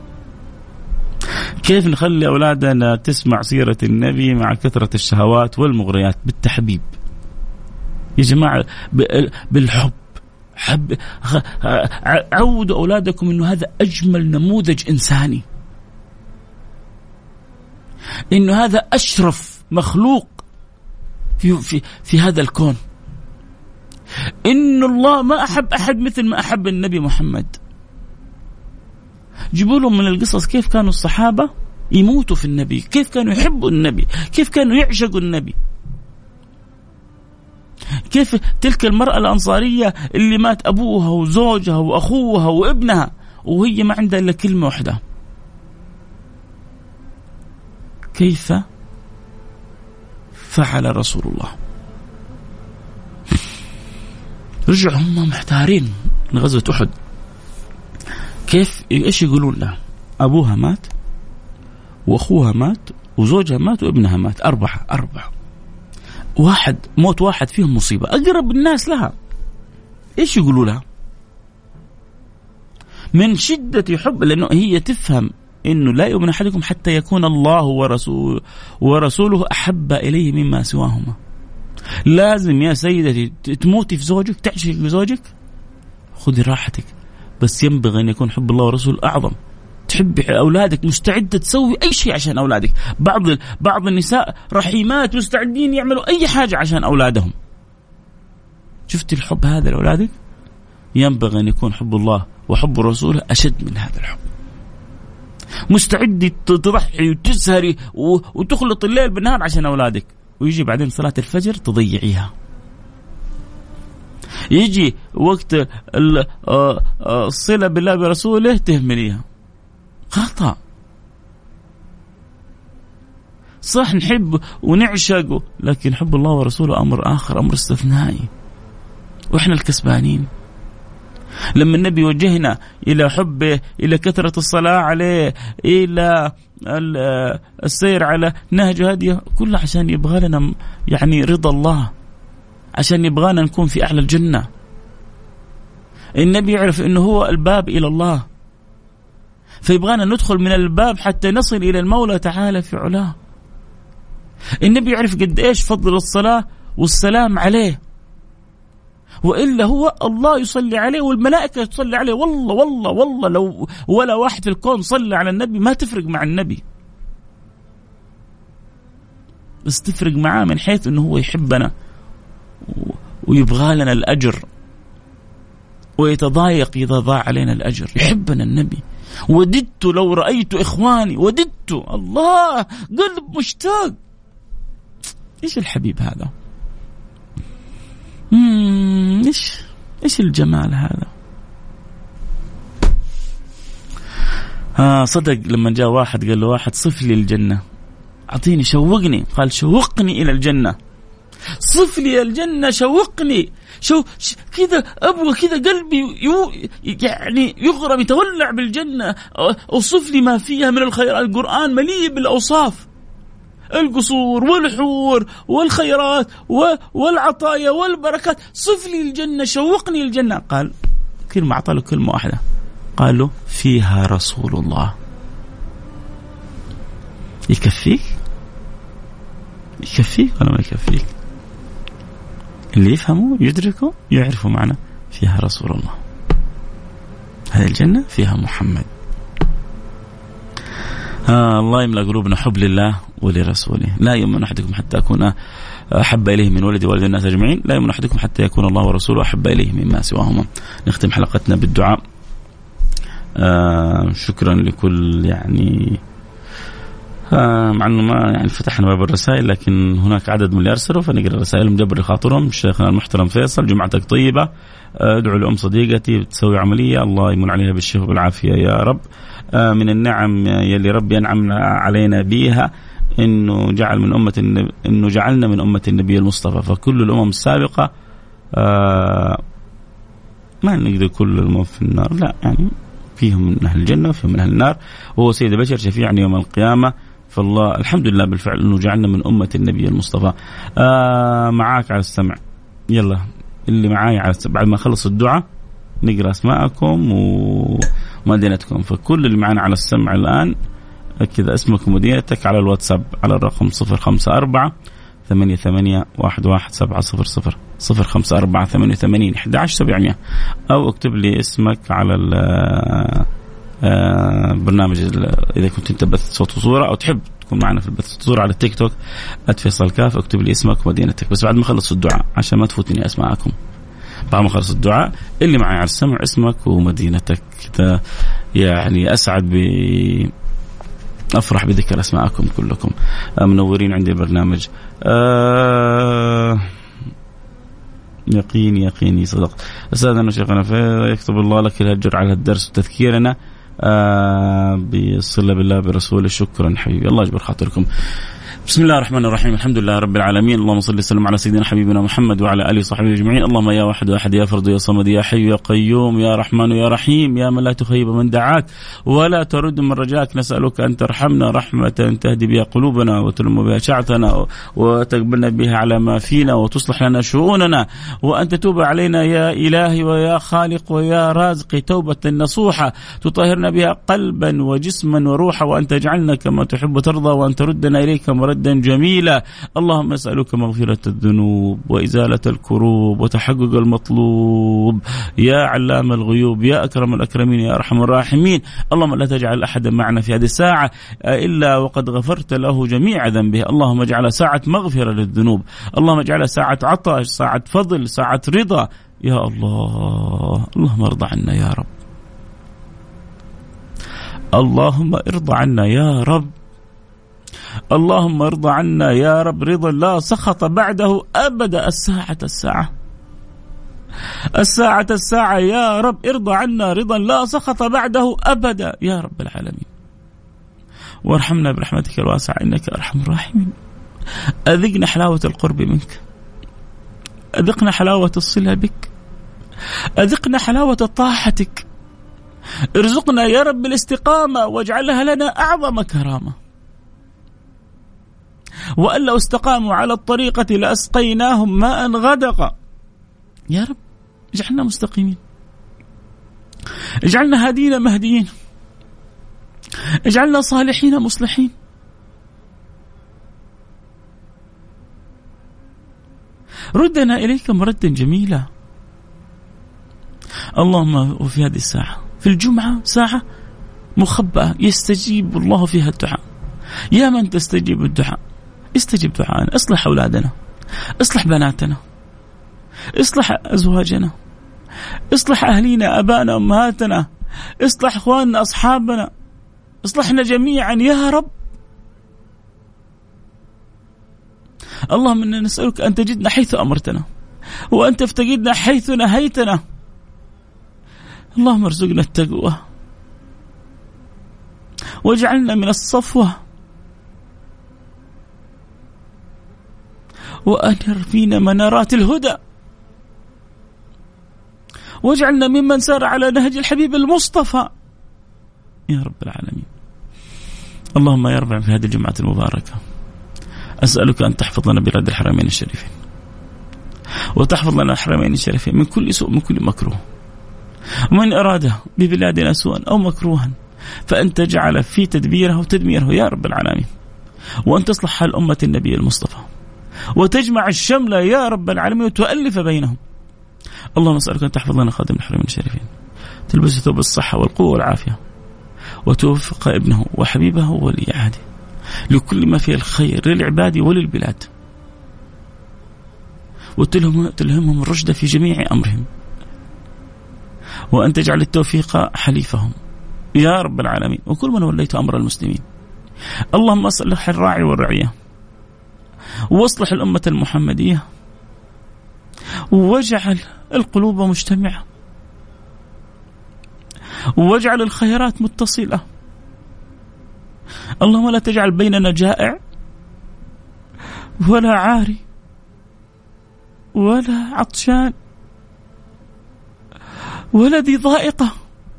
كيف نخلي أولادنا تسمع سيرة النبي مع كثرة الشهوات والمغريات؟ بالتحبيب يا جماعة، بالحب. عودوا أولادكم أنه هذا أجمل نموذج إنساني، إنه هذا أشرف مخلوق في هذا الكون، إن الله ما أحب أحد مثل ما أحب النبي محمد. جيبوا لهم من القصص كيف كانوا الصحابة يموتوا في النبي، كيف كانوا يحبوا النبي، كيف كانوا يعشقوا النبي، كيف تلك المرأة الأنصارية اللي مات أبوها وزوجها وأخوها وابنها وهي ما عندها إلا كلمة واحدة، كيف فعل رسول الله. رجعوا هم محتارين من غزوة أحد، كيف إيش يقولون له؟ أبوها مات وأخوها مات وزوجها مات وابنها مات، أربعة، واحد موت واحد فيهم مصيبة، أقرب الناس لها، إيش يقولوا لها؟ من شدة حب، لأنه هي تفهم إنه لا يؤمن أحدكم حتى يكون الله ورسوله أحب إليه مما سواهما. لازم يا سيدتي تموتي في زوجك، تعشقي في زوجك، خذي راحتك، بس ينبغي أن يكون حب الله ورسوله أعظم. تحبي أولادك، مستعدة تسوي أي شيء عشان أولادك. بعض النساء رحيمات مستعدين يعملوا أي حاجة عشان أولادهم. شفتي الحب هذا لأولادك؟ ينبغي أن يكون حب الله وحب رسوله أشد من هذا الحب. مستعدة تضحي وتسهري وتخلط الليل بالنهار عشان أولادك، ويجي بعدين صلاة الفجر تضيعيها، يجي وقت الصلة بالله برسوله تهمليها. خطأ. صح نحب ونعشق، لكن حب الله ورسوله أمر آخر، أمر استثنائي، وإحنا الكسبانين. لما النبي وجهنا إلى حبه، إلى كثرة الصلاة عليه، إلى السير على نهج هديه، كله عشان يبغى لنا يعني رضا الله، عشان يبغانا نكون في أعلى الجنة. النبي يعرف إنه هو الباب إلى الله، فيبغانا ندخل من الباب حتى نصل إلى المولى تعالى في علاه. النبي يعرف قد إيش فضل الصلاة والسلام عليه، وإلا هو الله يصلي عليه والملائكة تصلي عليه. والله لو ولا واحد في الكون صلى على النبي ما تفرق مع النبي، بس تفرق معاه من حيث أنه هو يحبنا ويبغى لنا الأجر، ويتضايق إذا ضاع علينا الأجر. يحبنا النبي، وددت لو رأيت إخواني، وددت، الله قلب مشتاق. إيش الحبيب هذا؟ إيش الجمال هذا؟ صدق لما جاء واحد قال له واحد صف لي الجنة، أعطيني، شوقني. قال شوقني إلى الجنة، صف لي الجنة، شوقني، كذا أبغى، كذا قلبي يعني يغرم، يتولع بالجنة. أوصف لي ما فيها من الخيرات. القرآن مليء بالأوصاف، القصور والحور والخيرات والعطايا والبركات. صف لي الجنة، شوقني الجنة. قال كلمة، أعطى له كلمة واحدة، قال له فيها رسول الله. يكفيك ولا ما يكفيك؟ اللي يفهموا يدركوا يعرفوا معنى فيها رسول الله. هذه الجنة فيها محمد. الله يملأ قلوبنا حب لله ولرسوله. لا يؤمن أحدكم حتى أكون أحب إليه من ولدي وولد الناس أجمعين، لا يؤمن أحدكم حتى يكون الله ورسوله أحب إليه مما سواهما. نختم حلقتنا بالدعاء. شكرا لكل يعني مع أنه ما يعني فتحنا باب الرسائل، لكن هناك عدد من اللي أرسلوا فنقرأ رسائلهم جبر خاطرهم. شيخنا المحترم فيصل، جمعتك طيبة، ادعو لأم صديقتي بتسوي عملية، الله يمن عليها بالشفاء والعافية يا رب. من النعم يلي ربي أنعم علينا بيها إنه جعلنا من أمة النبي المصطفى، فكل الأمم السابقة ما نقدر كل الأمم في النار، لا يعني فيهم من أهل الجنة وفيهم من أهل النار، وهو سيد البشر شفيعني يوم القيامة. فالله الحمد لله بالفعل أنه جعلنا من أمة النبي المصطفى. معاك على السمع، يلا اللي معاي على السمع، بعد ما خلص الدعاء نقرأ أسماءكم ومدينتكم. فكل اللي معنا على السمع الآن كذا اسمك ومدينتك على الواتساب على الرقم 054-88-11700 054-88-11700 أو اكتب لي اسمك على برنامج إذا كنت انت بث صوت وصورة أو تحب تكون معنا في البث صوت وصورة على التيك توك @فيصل كاف. اكتب لي اسمك ومدينتك بس بعد ما خلص الدعاء عشان ما تفوتني أسماءكم. بعد ما خلص الدعاء اللي معي على السمع اسمك ومدينتك كده، يعني أسعد أفرح بذكر أسماءكم كلكم. منورين عندي البرنامج. يقيني صدق أستاذنا شيخنا، يكتب الله لك الأجر على الدرس وتذكيرنا بالصلة بالله برسوله. شكرا حبيبي، الله يجبر خاطركم. بسم الله الرحمن الرحيم، الحمد لله رب العالمين، اللهم صل وسلم على سيدنا حبيبنا محمد وعلى آله وصحبه أجمعين. اللهم يا واحد أحد يا فرد يا صمد يا حي يا قيوم يا رحمن يا رحيم يا من لا تخيب من دعاك ولا ترد من رجاك، نسألك أن ترحمنا رحمة تهدي بها قلوبنا وتلم بها شعثنا وتقبلنا بها على ما فينا وتصلح لنا شؤوننا، وأن تتوب علينا يا إلهي ويا خالق ويا رازق توبة نصوحة تطهرنا بها قلبا وجسما وروحا، وأن تجعلنا كما تحب ترضى، وأن تردنا إليك مردا جميلا. اللهم اسألك مغفرة الذنوب وإزالة الكروب وتحقق المطلوب يا علام الغيوب يا أكرم الأكرمين يا أرحم الراحمين. اللهم لا تجعل أحدا معنا في هذه الساعة إلا وقد غفرت له جميع ذنبه. اللهم اجعلها ساعة مغفرة للذنوب، اللهم اجعلها ساعة عطاء، ساعة فضل، ساعة رضا يا الله. اللهم ارضى عنا يا رب، اللهم ارضى عنا يا رب، اللهم ارضى عنا يا رب رضا لا سخط بعده أبدا. الساعة يا رب ارضى عنا رضا لا سخط بعده أبدا يا رب العالمين. وارحمنا برحمتك الواسعة إنك أرحم الراحمين. أذقنا حلاوة القرب منك، أذقنا حلاوة الصلة بك، أذقنا حلاوة طاعتك، ارزقنا يا رب الاستقامة واجعلها لنا أعظم كرامة. وأن لو استقاموا على الطريقة لأسقيناهم ماء غدقا. يا رب اجعلنا مستقيمين، اجعلنا هادين مهديين، اجعلنا صالحين مصلحين. ردنا إليك مردا جميلا. اللهم وفي هذه الساعة في الجمعة ساعة مخبأة يستجيب الله فيها الدعاء. يا من تستجيب الدعاء استجب دعاءنا، اصلح أولادنا، اصلح بناتنا، اصلح أزواجنا، اصلح أهلينا أبانا أمهاتنا، اصلح إخواننا أصحابنا، اصلحنا جميعا يا رب. اللهم إنا نسألك أن تجدنا حيث أمرتنا وأن تفتقدنا حيث نهيتنا. اللهم ارزقنا التقوى واجعلنا من الصفوة، وأنر فينا منارات الهدى، واجعلنا ممن سار على نهج الحبيب المصطفى يا رب العالمين. اللهم يا رب في هذه الجمعة المباركة أسألك أن تحفظ لنا بلاد الحرمين الشريفين، وتحفظ لنا الحرمين الشريفين من كل سوء، من كل مكروه، ومن أراده ببلادنا سوءا أو مكروها فأن تجعل في تدبيره وتدميره يا رب العالمين، وأن تصلح حال أمة النبي المصطفى وتجمع الشمل يا رب العالمين وتؤلف بينهم. اللهم أسألك أن تحفظ لنا خادم الحرمين الشريفين، تلبسه ثوب الصحة والقوة والعافية، وتوفق ابنه وحبيبه وولي عهده لكل ما فيه الخير للعباد وللبلاد، وتلهمهم الرشد في جميع أمرهم، وأن تجعل التوفيق حليفهم يا رب العالمين، وكل من وليت أمر المسلمين. اللهم أصلح الراعي والرعية، واصلح الأمة المحمدية، واجعل القلوب مجتمعة، واجعل الخيرات متصلة. اللهم لا تجعل بيننا جائع ولا عاري ولا عطشان ولا ذي ضائقة.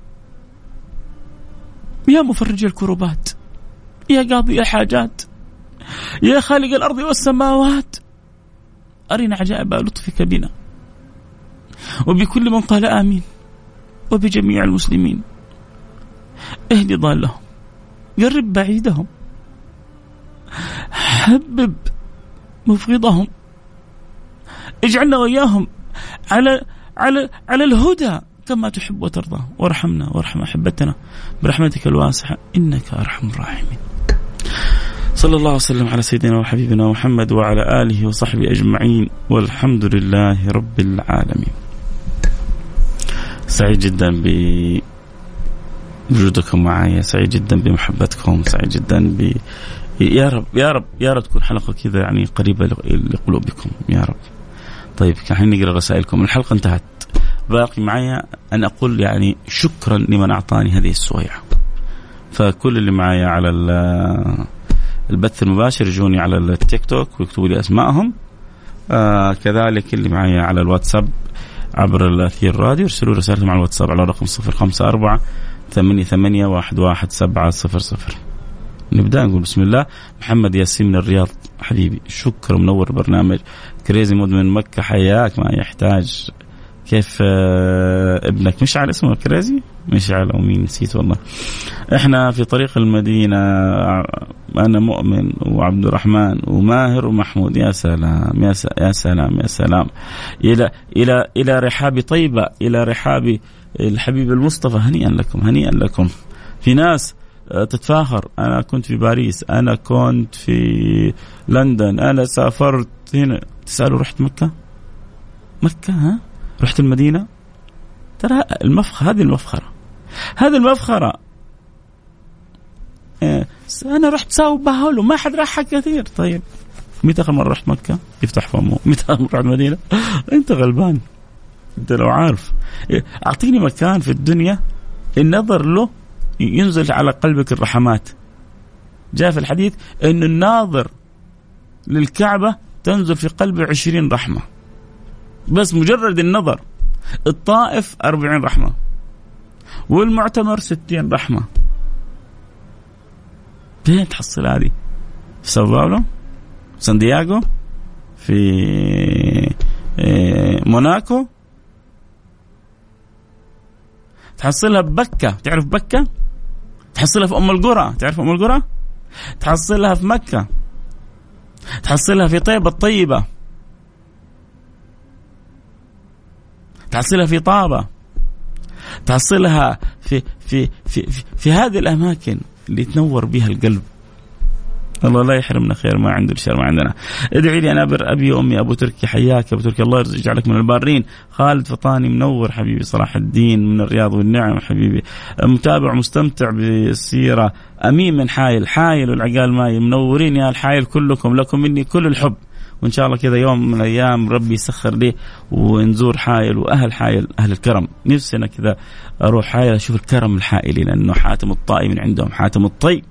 يا مفرج الكربات، يا قاضي الحاجات، يا خالق الأرض والسماوات، أرنا عجائب لطفك بنا وبكل من قال آمين، وبجميع المسلمين. اهد ضالهم، قرب بعيدهم، حبب مفقدهم، اجعلنا وإياهم على الهدى كما تحب وترضى، وارحمنا وارحم أحبتنا برحمتك الواسعة إنك أرحم الراحمين. صلى الله وسلم على سيدنا وحبيبنا محمد وعلى آله وصحبه أجمعين، والحمد لله رب العالمين. سعيد جدا بوجودكم معي، سعيد جدا بمحبتكم، سعيد جدا يا رب يا رب يا رب تكون حلقة كذا يعني قريبة لقلوبكم يا رب. طيب كان نقرأ رسائلكم، الحلقة انتهت، باقي معايا أن أقول يعني شكرا لمن أعطاني هذه السويعة. فكل اللي معايا على البث المباشر يجوني على التيك توك ويكتبوا لي أسمائهم، كذلك اللي معايا على الواتساب عبر الأثير راديو يرسلوا رسالتهم على الواتساب على رقم 0548811700. نبدأ نقول بسم الله. محمد ياسين من الرياض، حبيبي شكرا، منور برنامج. كريزي مود من مكة، حياك، ما يحتاج. كيف ابنك؟ مشعل اسمه كريزي؟ مشعل أو مين نسيت والله. احنا في طريق المدينة، أنا مؤمن وعبد الرحمن وماهر ومحمود. يا سلام يا سلام يا سلام. إلى رحاب طيبة، إلى رحاب الحبيب المصطفى. هنيئا لكم، هنيئا لكم. في ناس تتفاخر، أنا كنت في باريس، أنا كنت في لندن، أنا سافرت هنا. تسألوا رحت مكة؟ ها؟ رحت المدينة؟ ترى المفخرة، هذه المفخرة. أنا رحت ساو باولو، ما حد راح كثير. طيب متى آخر مرة رحت مكة؟ يفتح فمه. متى آخر مرة رحت المدينة؟ أنت غلبان، أنت لو عارف. أعطيني مكان في الدنيا النظر له ينزل على قلبك الرحمات. جاء في الحديث أن الناظر للكعبة تنزل في قلبه 20 رحمة، بس مجرد النظر. الطائف 40 رحمة، والمعتمر 60 رحمة. فين تحصل هذه؟ في ساو باولو، سان دياغو، في موناكو. تحصلها ببكة، تعرف بكة؟ تحصلها في أم القرى، تعرف أم القرى؟ تحصلها في مكة، تحصلها في طيبة الطيبة، تحصلها في طابة، تحصلها في هذه الأماكن اللي تنور بها القلب. الله لا يحرمنا خير ما عنده الشر ما عندنا. ادعي لي أنا بر أبي وأمي. أبو تركي حياك أبو تركي، الله يجعلك من البارين. خالد فطاني منور حبيبي. صلاح الدين من الرياض والنعم حبيبي، متابع مستمتع بالسيرة. أمين من حايل والعقال ماي، منورين يا الحايل كلكم، لكم مني كل الحب. وإن شاء الله كذا يوم من الأيام ربي يسخر لي ونزور حايل وأهل حايل، أهل الكرم. نفسنا كذا أروح حايل أشوف الكرم الحائلي، لأنه حاتم الطائي من عندهم حاتم الطي،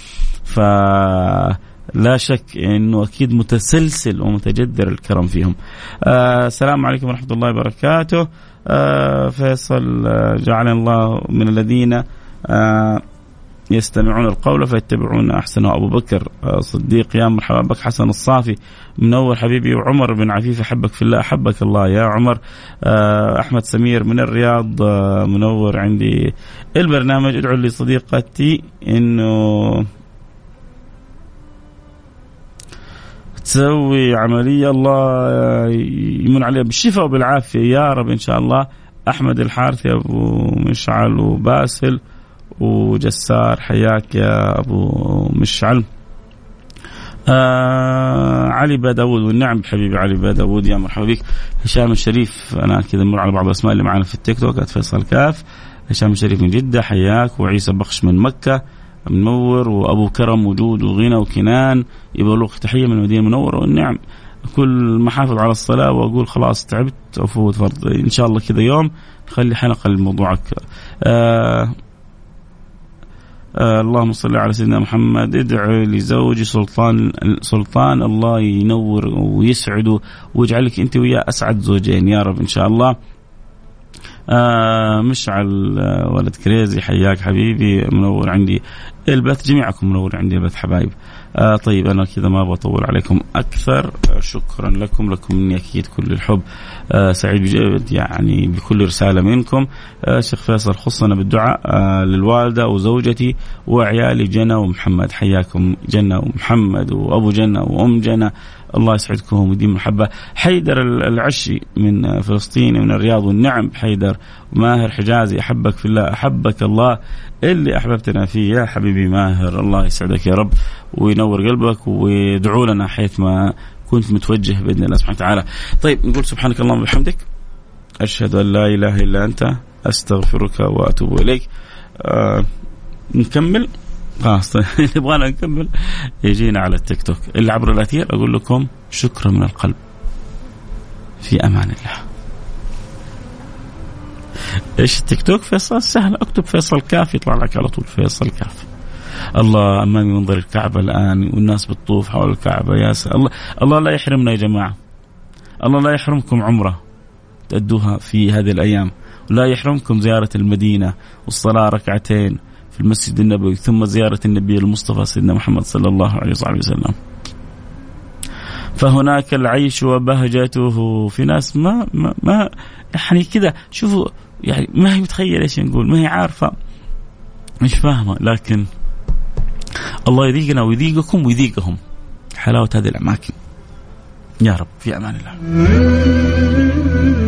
فلا شك أنه أكيد متسلسل ومتجدر الكرم فيهم. السلام عليكم ورحمة الله وبركاته. فيصل جعلنا الله من الذين يستمعون القول فيتبعون أحسنه. أبو بكر صديق يا مرحبا بك. حسن الصافي منور حبيبي. وعمر بن عفيف أحبك في الله. أحبك الله يا عمر. أحمد سمير من الرياض منور عندي البرنامج. ادعو لي صديقتي إنه تسوي عملية، الله يمن عليها بالشفاء وبالعافية يا رب إن شاء الله. أحمد الحارثي أبو مشعل وباسل وجسار حياك يا أبو مشعل. علي باداود والنعم حبيبي علي باداود يا مرحبا بك. هشام الشريف، أنا كذا مر على بعض الأسماء اللي معنا في التيك توك. فيصل كاف. هشام الشريف من جدة حياك. وعيسى بخش من مكة منور. وأبو كرم وجود وغنى وكنان يبغى تحية من المدينة المنورة والنعم. كل ما حافظ على الصلاة وأقول خلاص تعبت أفوت فرض إن شاء الله كذا يوم نخلي حلقة لموضوعك. اللهم صل على سيدنا محمد. ادعي لزوجي سلطان الله ينور ويسعده ويجعلك أنت وياه أسعد زوجين يا رب إن شاء الله. مشعل ولد كريزي حياك حبيبي منور عندي البث. جميعكم منور عندي البث حبايب. طيب أنا كذا ما بطول عليكم أكثر. شكرا لكم مني أكيد كل الحب. سعيد بجد يعني بكل رسالة منكم. شيخ فيصل خصنا بالدعاء للوالدة وزوجتي وعيالي جنى ومحمد. حياكم جنى ومحمد وأبو جنى وأم جنى، الله يسعدكم ويديم محبة. حيدر العشي من فلسطين من الرياض والنعم حيدر. ماهر حجازي أحبك في الله. أحبك الله اللي أحببتنا فيه يا حبيبي ماهر، الله يسعدك يا رب وينور قلبك ويدعو لنا حيث ما كنت متوجه بإذن الله سبحانه وتعالى. طيب نقول سبحانك اللهم وبحمدك أشهد أن لا إله إلا أنت أستغفرك وأتوب إليك. نكمل خلاص. نبغانا نكمل يجينا على التيك توك اللي عبر الأثير. أقول لكم شكرا من القلب، في أمان الله. إيش التيك توك؟ فيصل سهل، أكتب فيصل كاف يطلع لك على طول فيصل كاف. الله أمامي منظر الكعبة الآن والناس بتطوف حول الكعبة. يا الله لا يحرمنا يا جماعة. الله لا يحرمكم عمرة تأدوها في هذه الأيام، ولا يحرمكم زيارة المدينة والصلاة ركعتين في المسجد النبوي، ثم زيارة النبي المصطفى سيدنا محمد صلى الله عليه وسلم. فهناك العيش وبهجته. في ناس ما يعني كذا شوفوا يعني ما هي متخيل ايش نقول، ما هي عارفة مش فاهمة، لكن الله يذيقنا ويذيقكم ويذيقهم حلاوة هذه الأماكن يا رب. في أمان الله.